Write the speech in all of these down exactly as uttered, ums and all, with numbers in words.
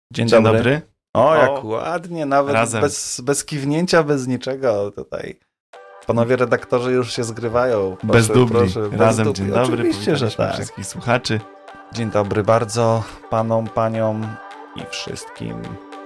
Dzień, Dzień dobry. dobry. O, jak ładnie, nawet razem. bez, bez kiwnięcia, bez niczego tutaj. Panowie redaktorzy już się zgrywają. Proszę, Bez dubli. Proszę, bez Razem, dubli. dzień dobry. Oczywiście, że Powitaliśmy tak. wszystkich słuchaczy. Dzień dobry bardzo panom, paniom i wszystkim.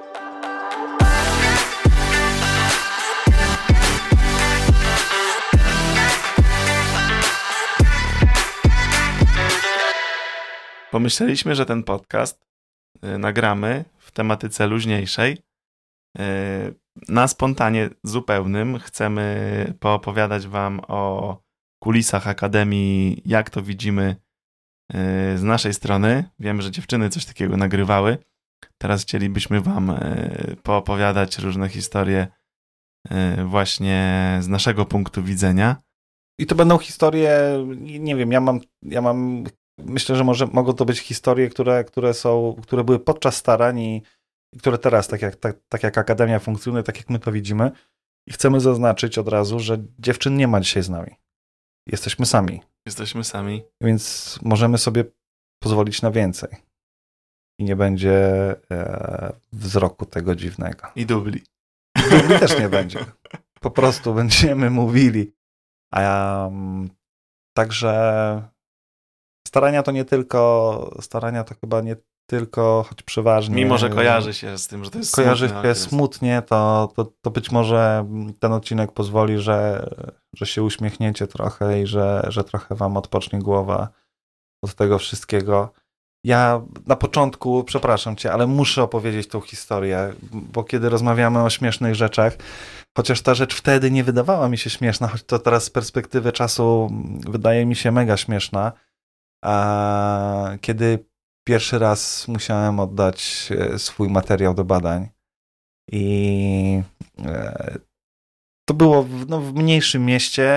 Pomyśleliśmy, że ten podcast y, nagramy w tematyce luźniejszej. Y, na spontanie zupełnym chcemy poopowiadać wam o kulisach Akademii, jak to widzimy y, z naszej strony. Wiemy, że dziewczyny coś takiego nagrywały. Teraz chcielibyśmy wam y, poopowiadać różne historie y, właśnie z naszego punktu widzenia. I to będą historie, nie wiem, ja mam, ja mam myślę, że może mogą to być historie, które, które są, które były podczas starań i, i które teraz, tak jak, tak, tak jak Akademia funkcjonuje, tak jak my to widzimy. I chcemy zaznaczyć od razu, że dziewczyn nie ma dzisiaj z nami. Jesteśmy sami. Jesteśmy sami. Więc możemy sobie pozwolić na więcej. I nie będzie e, wzroku tego dziwnego. I dubli. Dubli też nie będzie. Po prostu będziemy mówili. A um, także starania to nie tylko, starania to chyba nie tylko, choć przeważnie. Mimo, że kojarzy się z tym, że to jest Kojarzy smutne, się okres. smutnie, to, to, to być może ten odcinek pozwoli, że, że się uśmiechniecie trochę i że, że trochę wam odpocznie głowa od tego wszystkiego. Ja na początku, przepraszam cię, ale muszę opowiedzieć tą historię, bo kiedy rozmawiamy o śmiesznych rzeczach, chociaż ta rzecz wtedy nie wydawała mi się śmieszna, choć to teraz z perspektywy czasu wydaje mi się mega śmieszna, a kiedy pierwszy raz musiałem oddać swój materiał do badań i to było w, no, w mniejszym mieście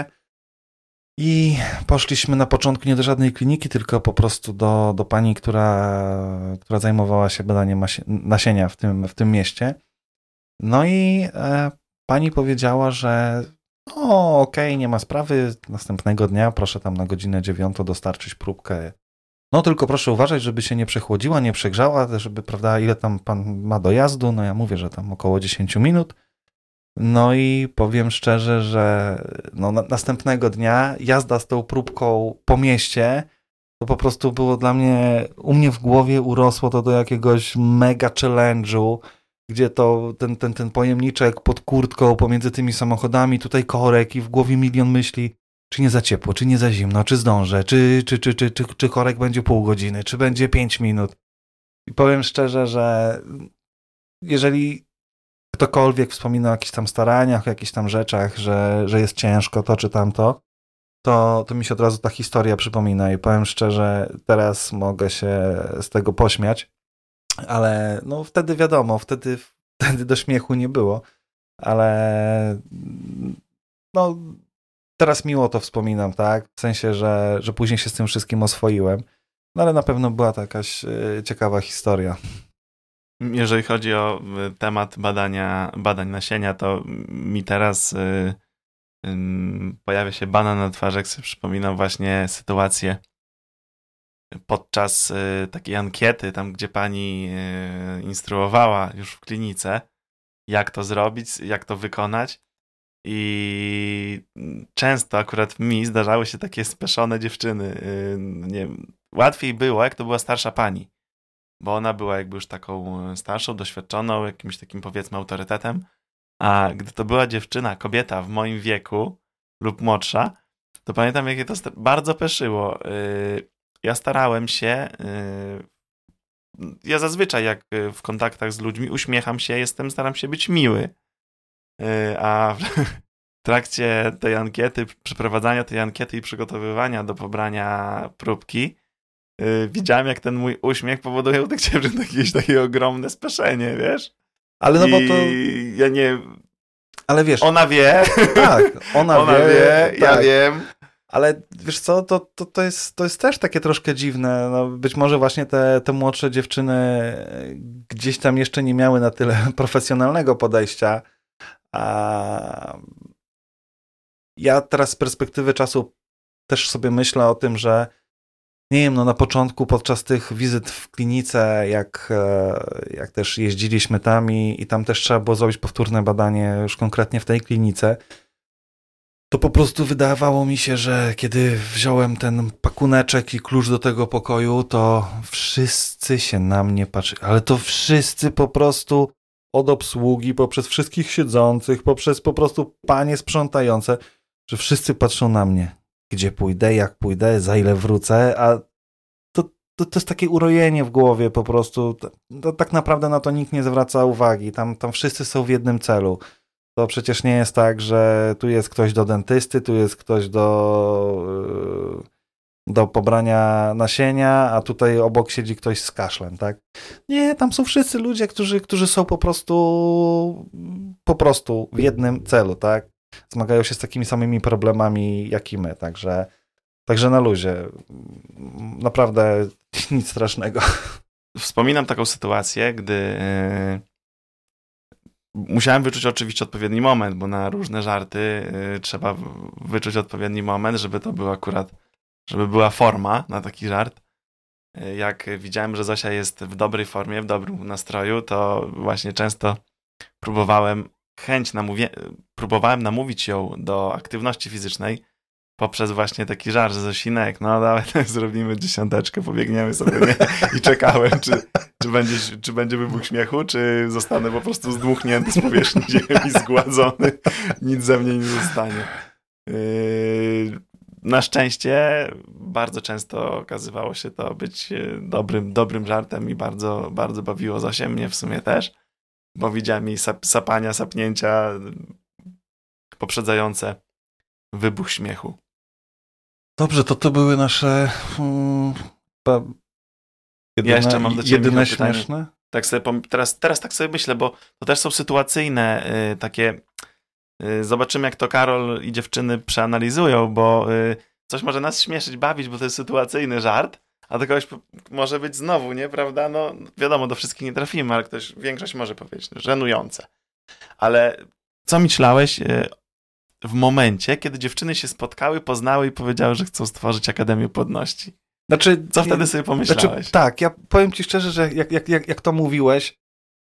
i poszliśmy na początku nie do żadnej kliniki, tylko po prostu do, do pani, która, która zajmowała się badaniem nasienia w tym, w tym mieście. No i e, pani powiedziała, że o, okej, okay, nie ma sprawy, następnego dnia proszę tam na godzinę dziewiątą dostarczyć próbkę. No tylko proszę uważać, żeby się nie przechłodziła, nie przegrzała, żeby, prawda, ile tam pan ma dojazdu, no ja mówię, że tam około dziesięć minut. No i powiem szczerze, że no, na, następnego dnia jazda z tą próbką po mieście, to po prostu było dla mnie, u mnie w głowie urosło to do jakiegoś mega challenge'u, gdzie to ten, ten, ten pojemniczek pod kurtką pomiędzy tymi samochodami, tutaj korek i w głowie milion myśli, czy nie za ciepło, czy nie za zimno, czy zdążę, czy, czy, czy, czy, czy, czy korek będzie pół godziny, czy będzie pięć minut. I powiem szczerze, że jeżeli ktokolwiek wspomina o jakichś tam staraniach, o jakichś tam rzeczach, że, że jest ciężko to czy tamto, to, to mi się od razu ta historia przypomina i powiem szczerze, teraz mogę się z tego pośmiać, ale no wtedy wiadomo, wtedy, wtedy do śmiechu nie było, ale no teraz miło to wspominam, tak? W sensie, że, że później się z tym wszystkim oswoiłem, no ale na pewno była to jakaś ciekawa historia. Jeżeli chodzi o temat badania, badań nasienia, to mi teraz y, y, pojawia się banan na twarzy, jak sobie przypominam właśnie sytuację podczas y, takiej ankiety, tam gdzie pani y, instruowała już w klinice, jak to zrobić, jak to wykonać. I często akurat mi zdarzały się takie speszone dziewczyny. Y, nie wiem, łatwiej było, jak to była starsza pani. Bo ona była jakby już taką starszą, doświadczoną, jakimś takim powiedzmy autorytetem, a gdy to była dziewczyna, kobieta w moim wieku lub młodsza, to pamiętam, jakie to bardzo peszyło. Ja starałem się, ja zazwyczaj jak w kontaktach z ludźmi uśmiecham się, jestem, staram się być miły, a w trakcie tej ankiety, przeprowadzania tej ankiety i przygotowywania do pobrania próbki, Yy, widziałem, jak ten mój uśmiech powoduje u tych dziewczyn jakieś takie ogromne speszenie, wiesz? Ale no I bo to... ja nie... Ale wiesz... Ona wie. Tak, ona, ona wie, wie tak. Ja wiem. Ale wiesz co, to, to, to, jest, to jest też takie troszkę dziwne. No, być może właśnie te, te młodsze dziewczyny gdzieś tam jeszcze nie miały na tyle profesjonalnego podejścia. A ja teraz z perspektywy czasu też sobie myślę o tym, że nie wiem, no na początku podczas tych wizyt w klinice, jak, jak też jeździliśmy tam i, i tam też trzeba było zrobić powtórne badanie już konkretnie w tej klinice, to po prostu wydawało mi się, że kiedy wziąłem ten pakuneczek i klucz do tego pokoju, to wszyscy się na mnie patrzyli, ale to wszyscy po prostu od obsługi, poprzez wszystkich siedzących, poprzez po prostu panie sprzątające, że wszyscy patrzą na mnie. Gdzie pójdę, jak pójdę, za ile wrócę, a to, to, to jest takie urojenie w głowie po prostu. To, to, tak naprawdę na to nikt nie zwraca uwagi. Tam, tam wszyscy są w jednym celu. To przecież nie jest tak, że tu jest ktoś do dentysty, tu jest ktoś do, do pobrania nasienia, a tutaj obok siedzi ktoś z kaszlem, tak? Nie, tam są wszyscy ludzie, którzy, którzy są po prostu po prostu w jednym celu, tak? Zmagają się z takimi samymi problemami, jak i my, także, także na luzie. Naprawdę nic strasznego. Wspominam taką sytuację, gdy yy, musiałem wyczuć oczywiście odpowiedni moment, bo na różne żarty yy, trzeba wyczuć odpowiedni moment, żeby to był akurat, żeby była forma na taki żart. Yy, jak widziałem, że Zosia jest w dobrej formie, w dobrym nastroju, to właśnie często próbowałem chęć namówienia, próbowałem namówić ją do aktywności fizycznej poprzez właśnie taki żart, że Zosinek, no dawaj, zrobimy dziesiąteczkę, pobiegniemy sobie, nie? I czekałem, czy, czy, będzie, czy będzie wybuch śmiechu, czy zostanę po prostu zdmuchnięty z powierzchni ziemi, zgładzony, nic ze mnie nie zostanie. Yy, na szczęście bardzo często okazywało się to być dobrym, dobrym żartem i bardzo, bardzo bawiło Zosię, mnie w sumie też. Bo widziałem jej sap, sapania, sapnięcia poprzedzające wybuch śmiechu. Dobrze, to to były nasze um, jedyne, ja jeszcze mam do ciebie jedyne śmieszne. Tak sobie, teraz, teraz tak sobie myślę, bo to też są sytuacyjne y, takie... Y, zobaczymy, jak to Karol i dziewczyny przeanalizują, bo y, coś może nas śmieszyć, bawić, bo to jest sytuacyjny żart, a do kogoś może być znowu, nie, prawda? No wiadomo, do wszystkich nie trafimy, ale ktoś, większość może powiedzieć, no, żenujące. Ale co myślałeś w momencie, kiedy dziewczyny się spotkały, poznały i powiedziały, że chcą stworzyć Akademię Płodności? Znaczy, co wtedy sobie pomyślałeś? Znaczy, tak, ja powiem ci szczerze, że jak, jak, jak, jak to mówiłeś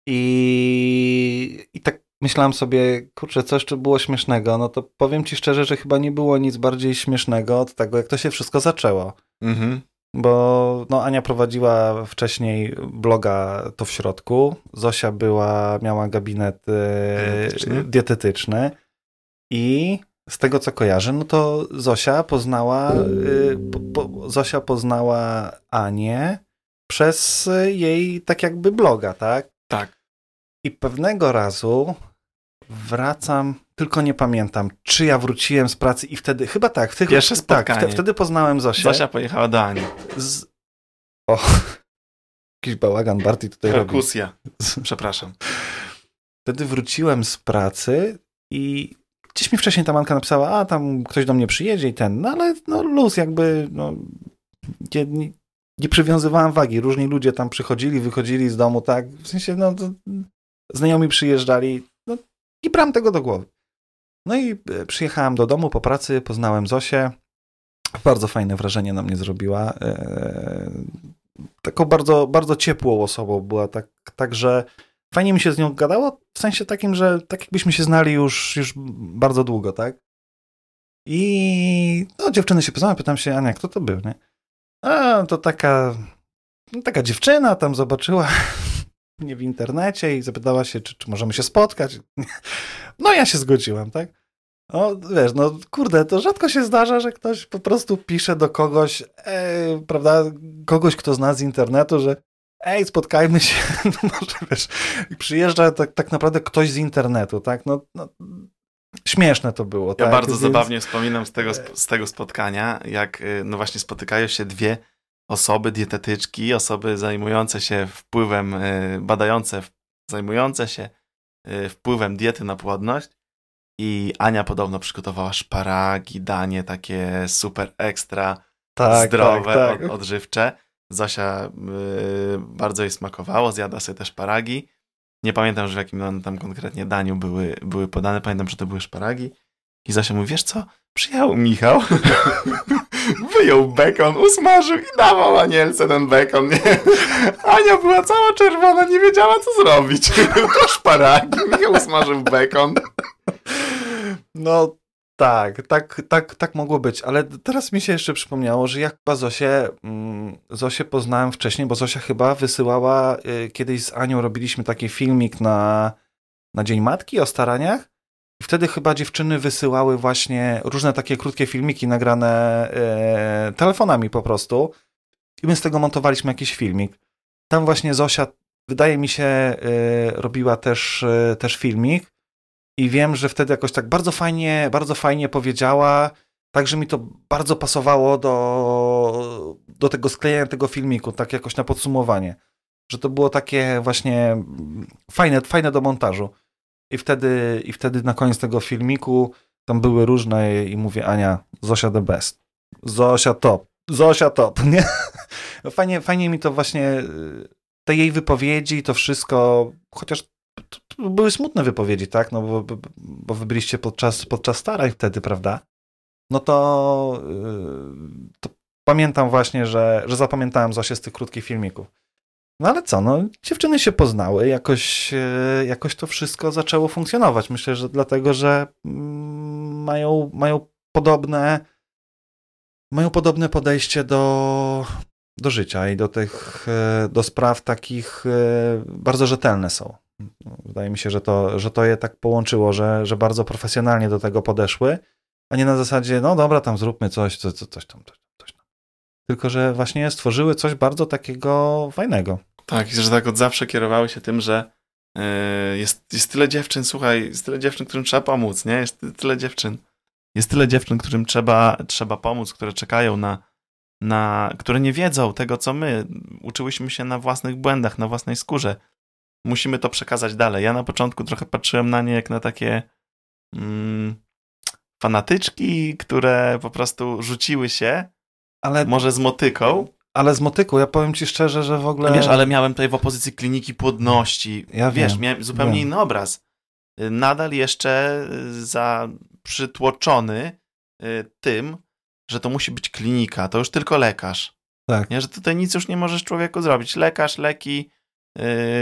i, i tak myślałem sobie, kurczę, co jeszcze było śmiesznego, no to powiem ci szczerze, że chyba nie było nic bardziej śmiesznego od tego, jak to się wszystko zaczęło. Mhm. Bo no, Ania prowadziła wcześniej bloga To w środku. Zosia była, miała gabinet dietetyczny. dietetyczny i z tego, co kojarzę, no to Zosia poznała po, po, Zosia poznała Anię przez jej tak jakby bloga, tak? Tak. I pewnego razu wracam, tylko nie pamiętam, czy ja wróciłem z pracy i wtedy, chyba tak, w tych, Pierwsze spotkanie. Tak, wtedy poznałem Zosię. Zosia pojechała do Ani. Z... O, jakiś bałagan Barty tutaj robi. Perkusja, przepraszam. Wtedy wróciłem z pracy i gdzieś mi wcześniej ta Anka napisała, a tam ktoś do mnie przyjedzie i ten, no ale no luz jakby, no nie, nie, nie przywiązywałem wagi. Różni ludzie tam przychodzili, wychodzili z domu, tak, w sensie, no to znajomi przyjeżdżali, no nie brałem tego do głowy. No i przyjechałem do domu po pracy, poznałem Zosię. Bardzo fajne wrażenie na mnie zrobiła. Eee, taką bardzo, bardzo ciepłą osobą była, tak, tak, że fajnie mi się z nią gadało, w sensie takim, że tak jakbyśmy się znali już, już bardzo długo, tak? I no, dziewczyny się poznały, pytam się, Ania, kto to był, nie? A, to taka, no, taka dziewczyna tam zobaczyła mnie w internecie i zapytała się, czy, czy możemy się spotkać. No ja się zgodziłem, tak? No wiesz, no kurde, to rzadko się zdarza, że ktoś po prostu pisze do kogoś, e, prawda, kogoś, kto zna z internetu, że ej, spotkajmy się, no może wiesz, i przyjeżdża tak, tak naprawdę ktoś z internetu, tak? No, no śmieszne to było. Ja tak? bardzo Więc... zabawnie wspominam z tego, z tego spotkania, jak no właśnie spotykają się dwie osoby, dietetyczki, osoby zajmujące się wpływem, badające, zajmujące się wpływem diety na płodność i Ania podobno przygotowała szparagi, danie takie super ekstra, tak, zdrowe, tak, tak. Od, odżywcze. Zosia yy, bardzo jej smakowało, zjadła sobie te szparagi. Nie pamiętam, że w jakim on tam konkretnie daniu były, były podane, pamiętam, że to były szparagi. I Zosia mówi, wiesz co, przyjechał Michał Wyjął bekon, usmażył i dawał Anielce ten bekon, nie? Ania była cała czerwona, nie wiedziała co zrobić. To szparagi, Michał usmażył bekon. No tak, tak, tak, tak mogło być, ale teraz mi się jeszcze przypomniało, że ja chyba Zosię, mm, Zosię poznałem wcześniej, bo Zosia chyba wysyłała, y, kiedyś z Anią robiliśmy taki filmik na, na Dzień Matki o staraniach i wtedy chyba dziewczyny wysyłały właśnie różne takie krótkie filmiki nagrane y, telefonami po prostu i my z tego montowaliśmy jakiś filmik. Tam właśnie Zosia, wydaje mi się, y, robiła też, y, też filmik. I wiem, że wtedy jakoś tak bardzo fajnie, bardzo fajnie powiedziała, także mi to bardzo pasowało do, do tego sklejenia tego filmiku, tak jakoś na podsumowanie. Że to było takie właśnie fajne, fajne do montażu. I wtedy, i wtedy na koniec tego filmiku tam były różne i mówię, Ania, Zosia the best. Zosia top. Zosia top, nie? Fajnie, fajnie mi to właśnie, te jej wypowiedzi, to wszystko, chociaż to, to były smutne wypowiedzi, tak? No bo, bo, bo wy byliście podczas, podczas starań wtedy, prawda? No to, yy, to pamiętam właśnie, że, że zapamiętałem Zosię z tych krótkich filmików. No ale co, no dziewczyny się poznały, jakoś, yy, jakoś to wszystko zaczęło funkcjonować. Myślę, że dlatego, że yy, mają, mają podobne mają podobne podejście do, do życia i do tych, yy, do spraw takich yy, bardzo rzetelne są. Wydaje mi się, że to, że to je tak połączyło, że, że bardzo profesjonalnie do tego podeszły, a nie na zasadzie, no dobra, tam zróbmy coś, coś, coś tam, coś, coś tam. Tylko, że właśnie stworzyły coś bardzo takiego fajnego. Tak, że tak od zawsze kierowały się tym, że yy, jest, jest tyle dziewczyn, słuchaj, jest tyle dziewczyn, którym trzeba pomóc, nie? Jest tyle dziewczyn. Jest tyle dziewczyn, którym trzeba, trzeba pomóc, które czekają na, na, które nie wiedzą tego, co my. Uczyłyśmy się na własnych błędach, na własnej skórze. Musimy to przekazać dalej. Ja na początku trochę patrzyłem na nie jak na takie mm, fanatyczki, które po prostu rzuciły się, ale może z motyką. Ale z motyką, ja powiem ci szczerze, że w ogóle... Wiesz, ale miałem tutaj w opozycji kliniki płodności. Ja Wiesz, wiem, miałem zupełnie wiem. inny obraz. Nadal jeszcze za przytłoczony tym, że to musi być klinika, to już tylko lekarz. Tak. Nie, że tutaj nic już nie możesz człowieku zrobić. Lekarz, leki, yy,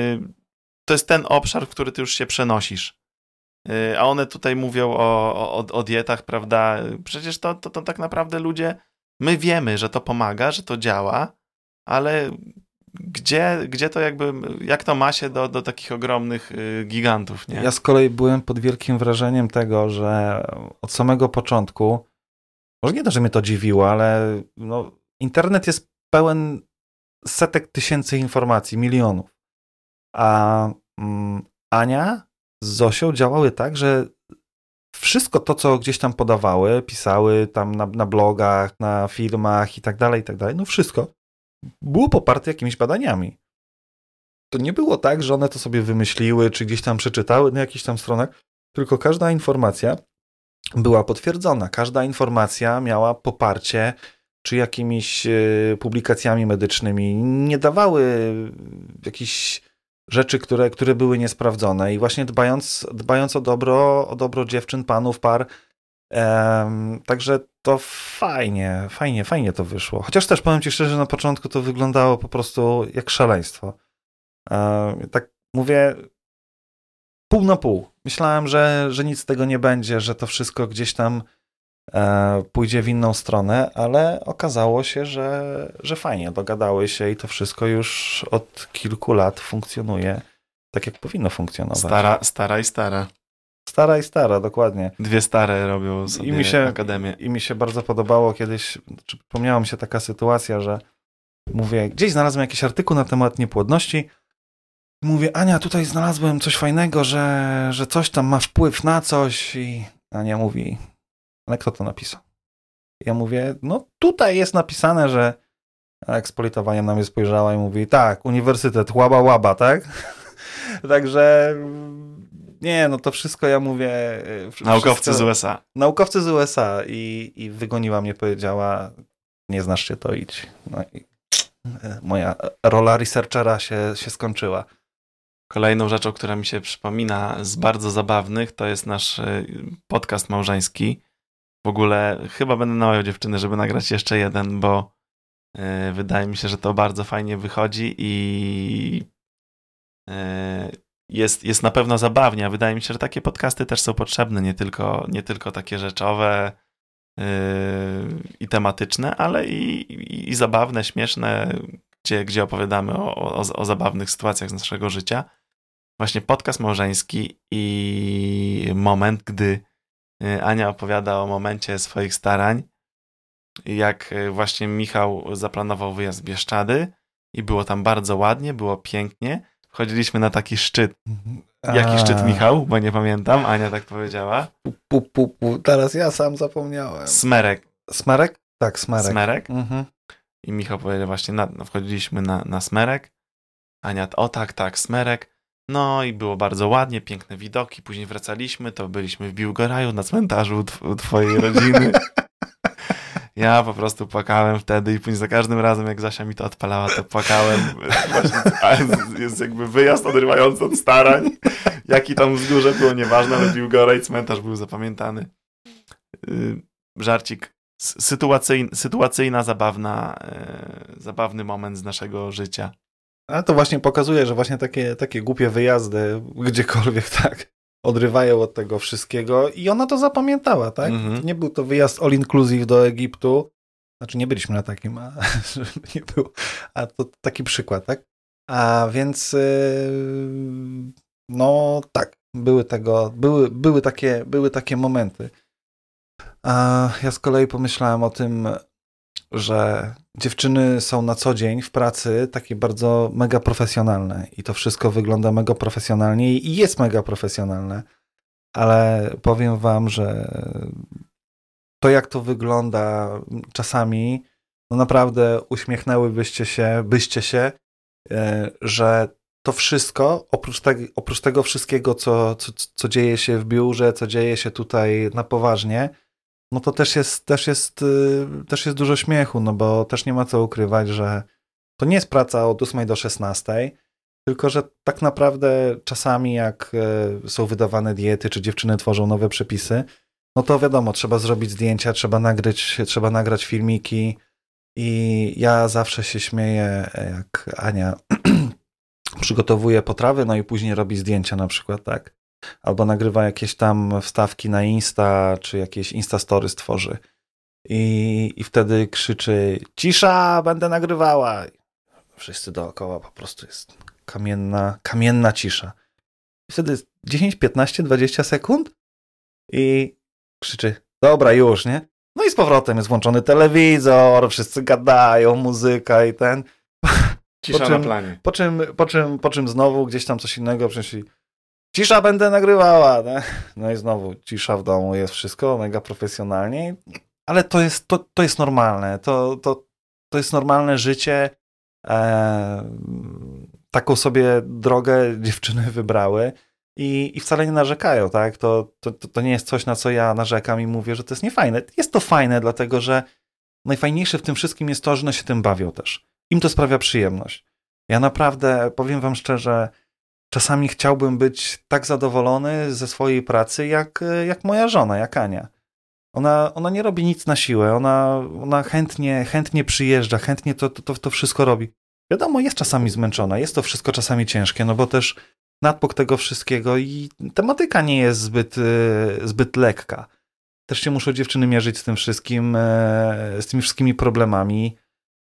to jest ten obszar, w który ty już się przenosisz. Yy, a one tutaj mówią o, o, o dietach, prawda? Przecież to, to, to tak naprawdę ludzie, my wiemy, że to pomaga, że to działa, ale gdzie, gdzie to jakby, jak to ma się do, do takich ogromnych yy, gigantów, nie? Ja z kolei byłem pod wielkim wrażeniem tego, że od samego początku, może nie to, że mnie to dziwiło, ale no, internet jest pełen setek tysięcy informacji, milionów. A mm, Ania z Zosią działały tak, że wszystko to, co gdzieś tam podawały, pisały tam na, na blogach, na filmach i tak dalej, i tak dalej, no wszystko było poparte jakimiś badaniami. To nie było tak, że one to sobie wymyśliły, czy gdzieś tam przeczytały na jakichś tam stronach, tylko każda informacja była potwierdzona. Każda informacja miała poparcie, czy jakimiś publikacjami medycznymi. Nie dawały jakichś rzeczy, które, które były niesprawdzone. I właśnie dbając, dbając o dobro, o dobro dziewczyn, panów, par, em, także to fajnie, fajnie, fajnie to wyszło. Chociaż też powiem ci szczerze, na początku to wyglądało po prostu jak szaleństwo. E, tak mówię, pół na pół. Myślałem, że, że nic z tego nie będzie, że to wszystko gdzieś tam e, pójdzie w inną stronę, ale okazało się, że, że fajnie dogadały się i to wszystko już od kilku lat funkcjonuje tak, jak powinno funkcjonować. Stara, stara i stara. Stara i stara, dokładnie. Dwie stare robią sobie I mi się, akademię. I mi się bardzo podobało kiedyś, czy przypomniała mi się taka sytuacja, że mówię, gdzieś znalazłem jakiś artykuł na temat niepłodności. Mówię, Ania, tutaj znalazłem coś fajnego, że, że coś tam ma wpływ na coś. I Ania mówi, ale kto to napisał? Ja mówię, no tutaj jest napisane, że ekspolitowaniem na mnie spojrzała i mówi, tak, uniwersytet, łaba, łaba, tak? Także nie, no to wszystko ja mówię... Naukowcy wszystko, z U S A. Naukowcy z U S A i, i wygoniła mnie, powiedziała, nie znasz się, to idź. No i moja rola researchera się, się skończyła. Kolejną rzeczą, która mi się przypomina z bardzo zabawnych, to jest nasz podcast małżeński, w ogóle chyba będę namawiał dziewczyny, żeby nagrać jeszcze jeden, bo yy, wydaje mi się, że to bardzo fajnie wychodzi i yy, jest, jest na pewno zabawnie, a wydaje mi się, że takie podcasty też są potrzebne, nie tylko, nie tylko takie rzeczowe yy, i tematyczne, ale i, i, i zabawne, śmieszne, gdzie, gdzie opowiadamy o, o, o zabawnych sytuacjach z naszego życia. Właśnie podcast małżeński i moment, gdy Ania opowiada o momencie swoich starań, jak właśnie Michał zaplanował wyjazd w Bieszczady i było tam bardzo ładnie, było pięknie. Wchodziliśmy na taki szczyt. Jaki szczyt, Michał? Bo nie pamiętam. Ania tak powiedziała. Pu, pu, pu. Teraz ja sam zapomniałem. Smerek. Smerek? Tak, Smerek. Smerek. Mhm. I Michał powiedział właśnie, na, no, wchodziliśmy na, na Smerek. Ania, o tak, tak, Smerek. No i było bardzo ładnie, piękne widoki. Później wracaliśmy, to byliśmy w Biłgoraju na cmentarzu u, tw- u twojej rodziny. Ja po prostu płakałem wtedy i później za każdym razem, jak Zasia mi to odpalała, to płakałem. Właśnie, a jest jakby wyjazd odrywający od starań. Jaki tam wzgórze było, nieważne, ale Biłgoraj, cmentarz był zapamiętany. Yy, żarcik. Sytuacyjna, sytuacyjna zabawna, yy, zabawny moment z naszego życia. A to właśnie pokazuje, że właśnie takie, takie głupie wyjazdy gdziekolwiek tak odrywają od tego wszystkiego i ona to zapamiętała, tak? Mm-hmm. Nie był to wyjazd all inclusive do Egiptu, znaczy nie byliśmy na takim, a, żeby nie było, a to taki przykład, tak? A więc yy, no tak, były tego, były, były takie, były takie momenty. A ja z kolei pomyślałem o tym, że dziewczyny są na co dzień w pracy takie bardzo mega profesjonalne i to wszystko wygląda mega profesjonalnie i jest mega profesjonalne, ale powiem wam, że to jak to wygląda czasami, no naprawdę uśmiechnęłybyście się, byście się, że to wszystko, oprócz, te, oprócz tego wszystkiego, co, co, co dzieje się w biurze, co dzieje się tutaj na poważnie, no to też jest, też jest, też jest dużo śmiechu, no bo też nie ma co ukrywać, że to nie jest praca od ósmej do szesnastej, tylko że tak naprawdę czasami jak są wydawane diety, czy dziewczyny tworzą nowe przepisy, no to wiadomo, trzeba zrobić zdjęcia, trzeba nagrać, trzeba nagrać filmiki i ja zawsze się śmieję, jak Ania przygotowuje potrawy, no i później robi zdjęcia na przykład, tak. Albo nagrywa jakieś tam wstawki na Insta, czy jakieś Instastory stworzy. I, I wtedy krzyczy, cisza, będę nagrywała. Wszyscy dookoła po prostu jest kamienna, kamienna cisza. I wtedy jest dziesięć, piętnaście, dwadzieścia sekund i krzyczy, dobra, już, nie? No i z powrotem jest włączony telewizor, wszyscy gadają, muzyka i ten. Cisza po czym, na planie. Po czym, po, czym, po czym znowu gdzieś tam coś innego przyszli. Cisza, będę nagrywała. Nie? No i znowu cisza w domu, jest wszystko mega profesjonalnie. Ale to jest, to, to jest normalne. To, to, to jest normalne życie. E, taką sobie drogę dziewczyny wybrały i, i wcale nie narzekają. Tak? To, to, to nie jest coś, na co ja narzekam i mówię, że to jest niefajne. Jest to fajne, dlatego że najfajniejsze w tym wszystkim jest to, że one się tym bawią też. Im to sprawia przyjemność. Ja naprawdę, powiem wam szczerze, czasami chciałbym być tak zadowolony ze swojej pracy, jak, jak moja żona, jak Ania. Ona, ona nie robi nic na siłę, ona, ona chętnie, chętnie przyjeżdża, chętnie to, to, to wszystko robi. Wiadomo, jest czasami zmęczona, jest to wszystko czasami ciężkie, no bo też nadpok tego wszystkiego i tematyka nie jest zbyt, zbyt lekka. Też się muszą dziewczyny mierzyć z tym wszystkim, z tymi wszystkimi problemami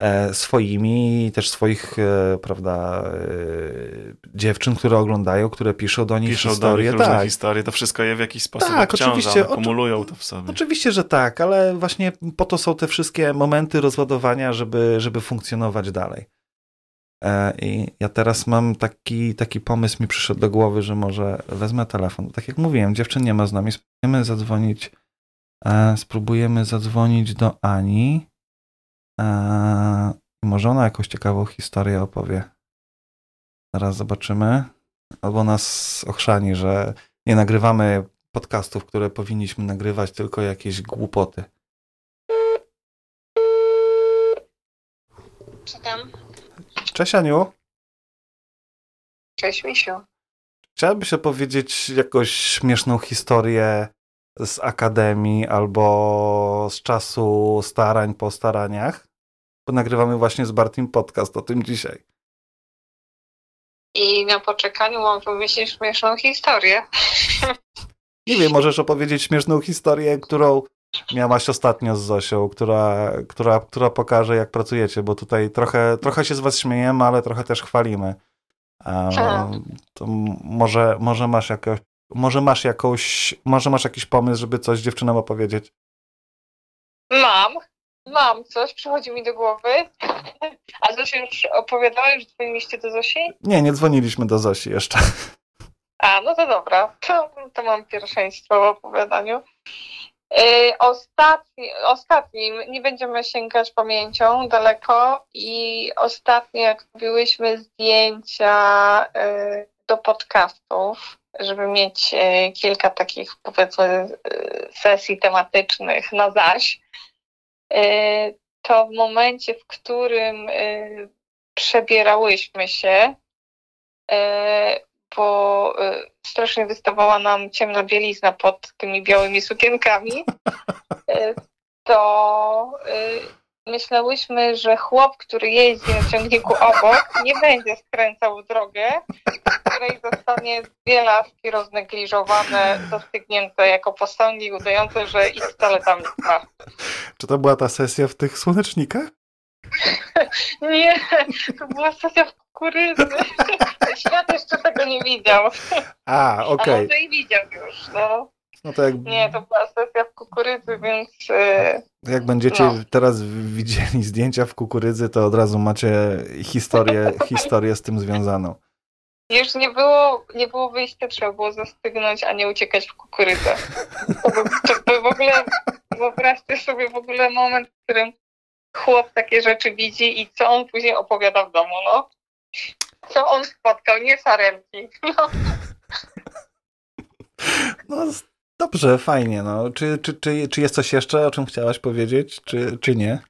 swoimi, też swoich, prawda, dziewczyn, które oglądają, które piszą do nich piszą historie. do nich różne tak. historie, to wszystko je w jakiś sposób tak, obciąża, oczywiście, akumulują to w sobie. Oczywiście, że tak, ale właśnie po to są te wszystkie momenty rozładowania, żeby, żeby funkcjonować dalej. I ja teraz mam taki, taki pomysł, mi przyszedł do głowy, że może wezmę telefon. Tak jak mówiłem, dziewczyn nie ma z nami, spróbujemy zadzwonić, spróbujemy zadzwonić do Ani. Eee, może ona jakąś ciekawą historię opowie. Zaraz zobaczymy. Albo nas ochrzani, że nie nagrywamy podcastów, które powinniśmy nagrywać, tylko jakieś głupoty. Co tam? Cześć, Aniu. Cześć, Misiu. Chciałabyś opowiedzieć jakąś śmieszną historię z akademii albo z czasu starań po staraniach, bo nagrywamy właśnie z Bartim podcast o tym dzisiaj. I na poczekaniu mam wymyślić śmieszną historię. Nie wiem, możesz opowiedzieć śmieszną historię, którą miałaś ostatnio z Zosią, która, która, która pokaże, jak pracujecie, bo tutaj trochę, trochę się z was śmiejemy, ale trochę też chwalimy. Um, to może, może masz jakoś, może masz jakąś, może masz jakiś pomysł, żeby coś dziewczynom opowiedzieć? Mam, mam coś, przychodzi mi do głowy. A Zosia już opowiadała, już dzwoniliście do Zosi? Nie, nie dzwoniliśmy do Zosi jeszcze. A, no to dobra, to, to mam pierwszeństwo w opowiadaniu. Yy, ostatni, ostatnim, nie będziemy sięgać pamięcią daleko i ostatnio jak robiłyśmy zdjęcia yy, do podcastów, żeby mieć yy, kilka takich powiedzmy yy, sesji tematycznych na zaś, yy, to w momencie, w którym yy, przebierałyśmy się, yy, bo y, strasznie wystawała nam ciemna bielizna pod tymi białymi sukienkami, y, to y, myślałyśmy, że chłop, który jeździ na ciągniku obok, nie będzie skręcał w drogę, w której zostanie dwie laski roznegliżowane, zastygnięte jako posągi, udające, że ich wcale tam nie ma. Czy to była ta sesja w tych słonecznikach? Nie, to była sesja w kukurydzy. Świat jeszcze tego nie widział. A, okej. A może i widział już, no. No to jak, Nie, to była sesja w kukurydzy, więc... Yy, jak będziecie no. teraz widzieli zdjęcia w kukurydzy, to od razu macie historię, historię z tym związaną. Już nie było, nie było wyjścia, trzeba było zastygnąć, a nie uciekać w kukurydzę. To by, to by w ogóle, wyobraźcie sobie w ogóle moment, w którym chłop takie rzeczy widzi i co on później opowiada w domu, no. Co on spotkał, nie sarenki. No. No dobrze, fajnie. No. Czy, czy, czy, czy jest coś jeszcze, o czym chciałaś powiedzieć, czy, czy nie?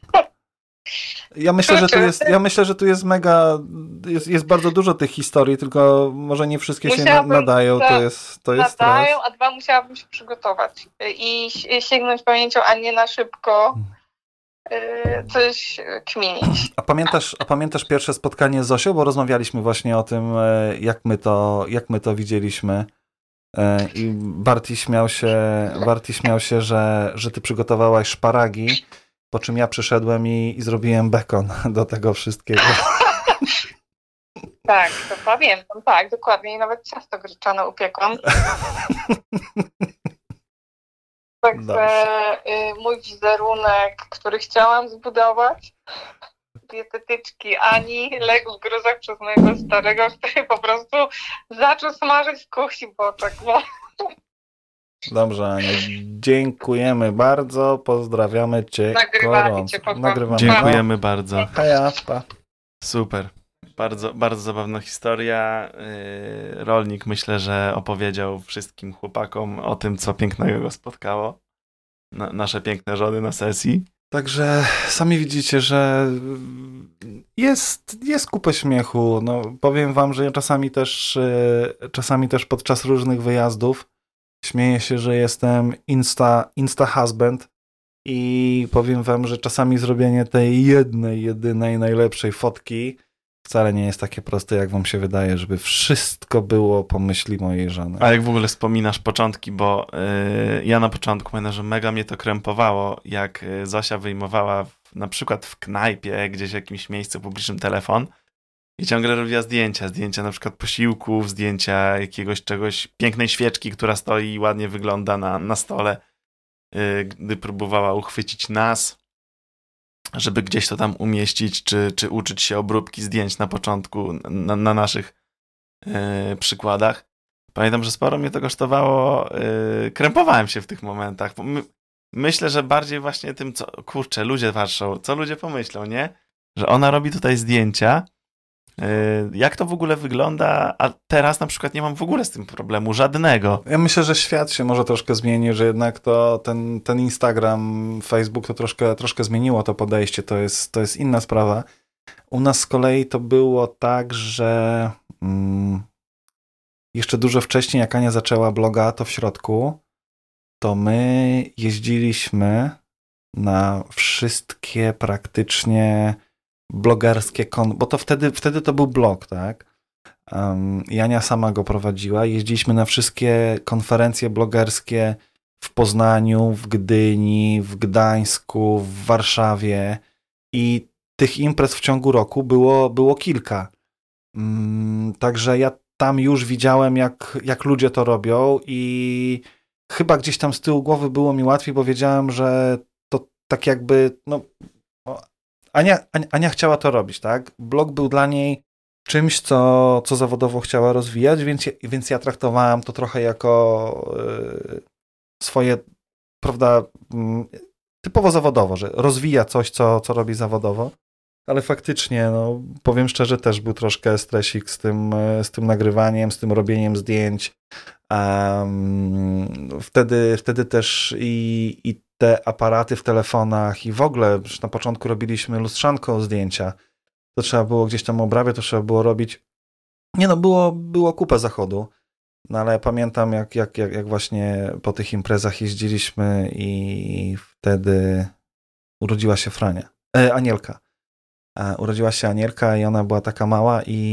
Ja myślę, że tu jest, ja myślę, że tu jest mega, jest, jest bardzo dużo tych historii, tylko może nie wszystkie się nadają, to jest, to jest nadają, raz. A dwa, musiałabym się przygotować i sięgnąć pamięcią, a nie na szybko coś kminić. A pamiętasz, a pamiętasz pierwsze spotkanie z Zosią? Bo rozmawialiśmy właśnie o tym, jak my to, jak my to widzieliśmy. I Barti śmiał się, Barti śmiał się, że, że ty przygotowałaś szparagi, po czym ja przyszedłem i, i zrobiłem bekon do tego wszystkiego. Tak, to pamiętam, tak, dokładnie. I nawet ciasto gryczane upiekłam. Także y, mój wizerunek, który chciałam zbudować, dietetyczki Ani, legł w gruzach przez mojego starego, który po prostu zaczął smażyć w kuchni boczek. No. Dobrze, Aniu, dziękujemy bardzo, pozdrawiamy cię gorąco. Nagrywamy cię, Dziękujemy bardzo. Heja, pa. Super. Bardzo, bardzo zabawna historia. Yy, Rolnik myślę, że opowiedział wszystkim chłopakom o tym, co pięknego go spotkało. Na, nasze piękne żony na sesji. Także sami widzicie, że jest, jest kupę śmiechu. No, powiem wam, że ja czasami też, czasami też podczas różnych wyjazdów śmieję się, że jestem insta, insta husband i powiem wam, że czasami zrobienie tej jednej, jedynej, najlepszej fotki wcale nie jest takie proste, jak wam się wydaje, żeby wszystko było po myśli mojej żony. A jak w ogóle wspominasz początki, bo yy, ja na początku pamiętam, że mega mnie to krępowało, jak Zosia wyjmowała w, na przykład w knajpie, gdzieś w jakimś miejscu publicznym telefon i ciągle robiła zdjęcia, zdjęcia na przykład posiłków, zdjęcia jakiegoś czegoś, pięknej świeczki, która stoi i ładnie wygląda na, na stole, yy, gdy próbowała uchwycić nas, żeby gdzieś to tam umieścić, czy, czy uczyć się obróbki zdjęć na początku, na, na naszych yy, przykładach. Pamiętam, że sporo mnie to kosztowało, yy, krępowałem się w tych momentach. My, myślę, że bardziej właśnie tym, co, kurczę, ludzie patrzą, co ludzie pomyślą, nie? Że ona robi tutaj zdjęcia, yy, jak to w ogóle wygląda, a teraz na przykład nie mam w ogóle z tym problemu żadnego. Ja myślę, że świat się może troszkę zmieni, że jednak to ten, ten Instagram, Facebook to troszkę, troszkę zmieniło to podejście, to jest, to jest inna sprawa. U nas z kolei to było tak, że mm, jeszcze dużo wcześniej, jak Ania zaczęła bloga, to w środku to my jeździliśmy na wszystkie praktycznie blogerskie kon... bo to wtedy, wtedy to był blog, tak? Um, Jania sama go prowadziła. Jeździliśmy na wszystkie konferencje blogerskie w Poznaniu, w Gdyni, w Gdańsku, w Warszawie i tych imprez w ciągu roku było, było kilka. Um, także ja tam już widziałem, jak, jak ludzie to robią i chyba gdzieś tam z tyłu głowy było mi łatwiej, bo wiedziałem, że to tak jakby, no, Ania, Ania, Ania chciała to robić, tak? Blog był dla niej czymś, co, co zawodowo chciała rozwijać, więc, więc ja traktowałem to trochę jako y, swoje, prawda, y, typowo zawodowo, że rozwija coś, co, co robi zawodowo, ale faktycznie, no, powiem szczerze, też był troszkę stresik z tym, z tym nagrywaniem, z tym robieniem zdjęć. Um, wtedy, wtedy też i, i te aparaty w telefonach i w ogóle, już na początku robiliśmy lustrzanką zdjęcia, to trzeba było gdzieś tam obrabiać, to trzeba było robić. Nie no, było, było kupę zachodu, no ale pamiętam jak, jak, jak, jak właśnie po tych imprezach jeździliśmy i wtedy urodziła się Frania, e, Anielka. E, urodziła się Anielka i ona była taka mała i,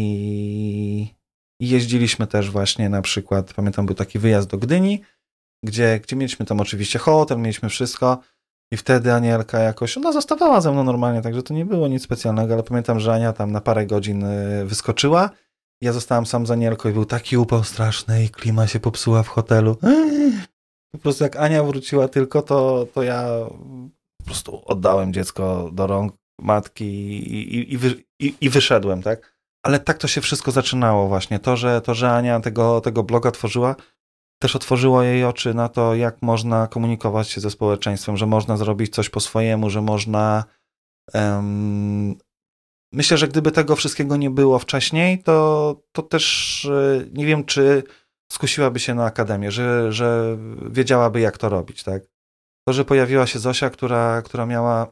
i jeździliśmy też właśnie na przykład, pamiętam był taki wyjazd do Gdyni, gdzie, gdzie mieliśmy tam oczywiście hotel, mieliśmy wszystko. I wtedy Anielka jakoś, ona zostawała ze mną normalnie, także to nie było nic specjalnego, ale pamiętam, że Ania tam na parę godzin wyskoczyła. Ja zostałam sam z Anielką i był taki upał straszny i klima się popsuła w hotelu. Po prostu jak Ania wróciła tylko, to, to ja po prostu oddałem dziecko do rąk matki i, i, i, wy, i, i wyszedłem, tak? Ale tak to się wszystko zaczynało właśnie. To, że, to, że Ania tego, tego bloga tworzyła, też otworzyło jej oczy na to, jak można komunikować się ze społeczeństwem, że można zrobić coś po swojemu, że można... Um, myślę, że gdyby tego wszystkiego nie było wcześniej, to, to też nie wiem, czy skusiłaby się na akademię, że, że wiedziałaby, jak to robić, tak? To, że pojawiła się Zosia, która, która miała,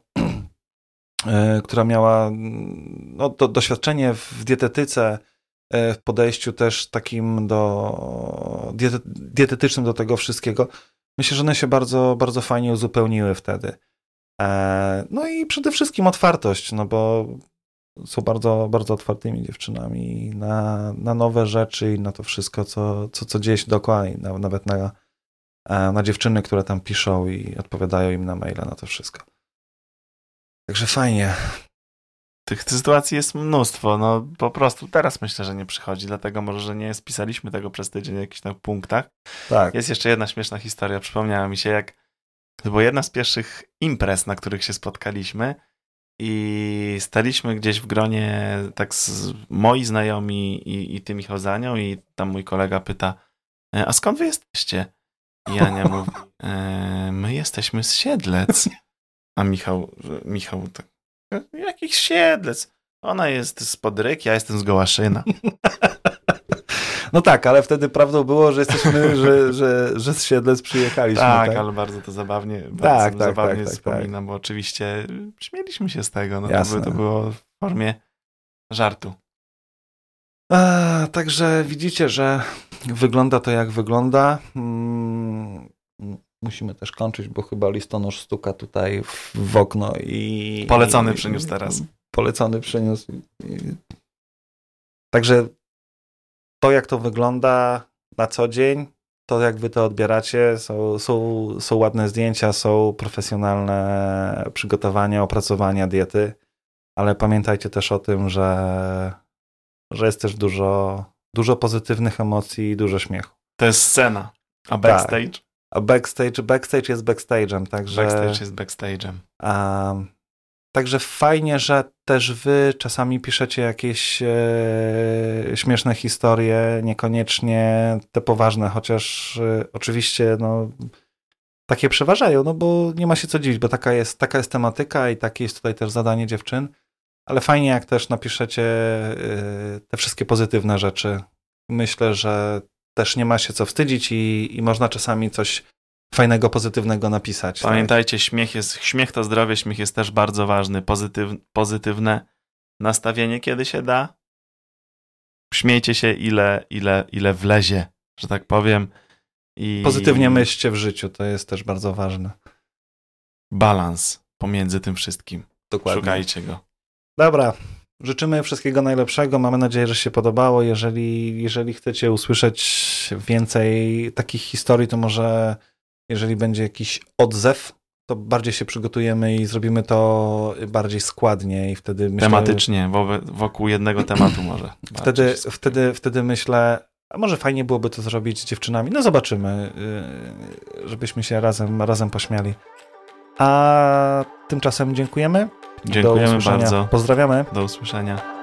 która miała no, do, doświadczenie w dietetyce, w podejściu też takim do diety, dietetycznym do tego wszystkiego. Myślę, że one się bardzo, bardzo fajnie uzupełniły wtedy. No i przede wszystkim otwartość, no bo są bardzo, bardzo otwartymi dziewczynami na, na nowe rzeczy i na to wszystko, co, co, co dzieje się dookoła, i na, nawet na, na dziewczyny, które tam piszą i odpowiadają im na maile, na to wszystko. Także fajnie. Tych sytuacji jest mnóstwo, no po prostu teraz myślę, że nie przychodzi, dlatego może, że nie spisaliśmy tego przez tydzień w jakichś tam punktach. Tak. Jest jeszcze jedna śmieszna historia, przypomniała mi się, jak to była jedna z pierwszych imprez, na których się spotkaliśmy i staliśmy gdzieś w gronie tak z moi znajomi i, i ty, Michał, za nią i tam mój kolega pyta, a skąd wy jesteście? I Ania mówi, e, my jesteśmy z Siedlec. A Michał, Michał tak, jakiś Siedlec? Ona jest z Podryk, ja jestem z Gołaszyna. No tak, ale wtedy prawdą było, że jesteśmy, że, że, że z Siedlec przyjechaliśmy. Tak, tak? ale bardzo to zabawnie, bardzo tak, tak, zabawnie tak, wspominam, tak. bo oczywiście śmieliśmy się z tego. No, Jasne. to, by, to było w formie żartu. A, także widzicie, że wygląda to jak wygląda. Hmm, musimy też kończyć, bo chyba listonosz stuka tutaj w, w okno i... Polecony i, przyniósł teraz. Polecony przyniósł. I, także to, jak to wygląda na co dzień, to jak wy to odbieracie, są, są, są ładne zdjęcia, są profesjonalne przygotowania, opracowania diety, ale pamiętajcie też o tym, że, że jest też dużo, dużo pozytywnych emocji i dużo śmiechu. To jest scena, a backstage? Tak. A backstage, backstage jest backstage'em, także... Backstage jest backstage'em. A, także fajnie, że też wy czasami piszecie jakieś e, śmieszne historie, niekoniecznie te poważne, chociaż e, oczywiście no, takie przeważają, no bo nie ma się co dziwić, bo taka jest, taka jest tematyka i takie jest tutaj też zadanie dziewczyn, ale fajnie jak też napiszecie e, te wszystkie pozytywne rzeczy. Myślę, że też nie ma się co wstydzić i, i można czasami coś fajnego, pozytywnego napisać. Pamiętajcie, tak? śmiech jest, śmiech to zdrowie, śmiech jest też bardzo ważny. Pozytyw, pozytywne nastawienie, kiedy się da. Śmiejcie się ile, ile, ile wlezie, że tak powiem. I Pozytywnie myślcie w życiu, to jest też bardzo ważne. balans pomiędzy tym wszystkim. Dokładnie. Szukajcie go. Dobra, życzymy wszystkiego najlepszego. Mamy nadzieję, że się podobało. Jeżeli, jeżeli chcecie usłyszeć więcej takich historii, to może jeżeli będzie jakiś odzew, to bardziej się przygotujemy i zrobimy to bardziej składnie i wtedy myślę... Tematycznie, wo- wokół jednego tematu może. Wtedy, wtedy, wtedy myślę, a może fajnie byłoby to zrobić z dziewczynami. No zobaczymy, yy, żebyśmy się razem, razem pośmiali. A tymczasem dziękujemy. Dziękujemy Do usłyszenia. bardzo. Pozdrawiamy. Do usłyszenia.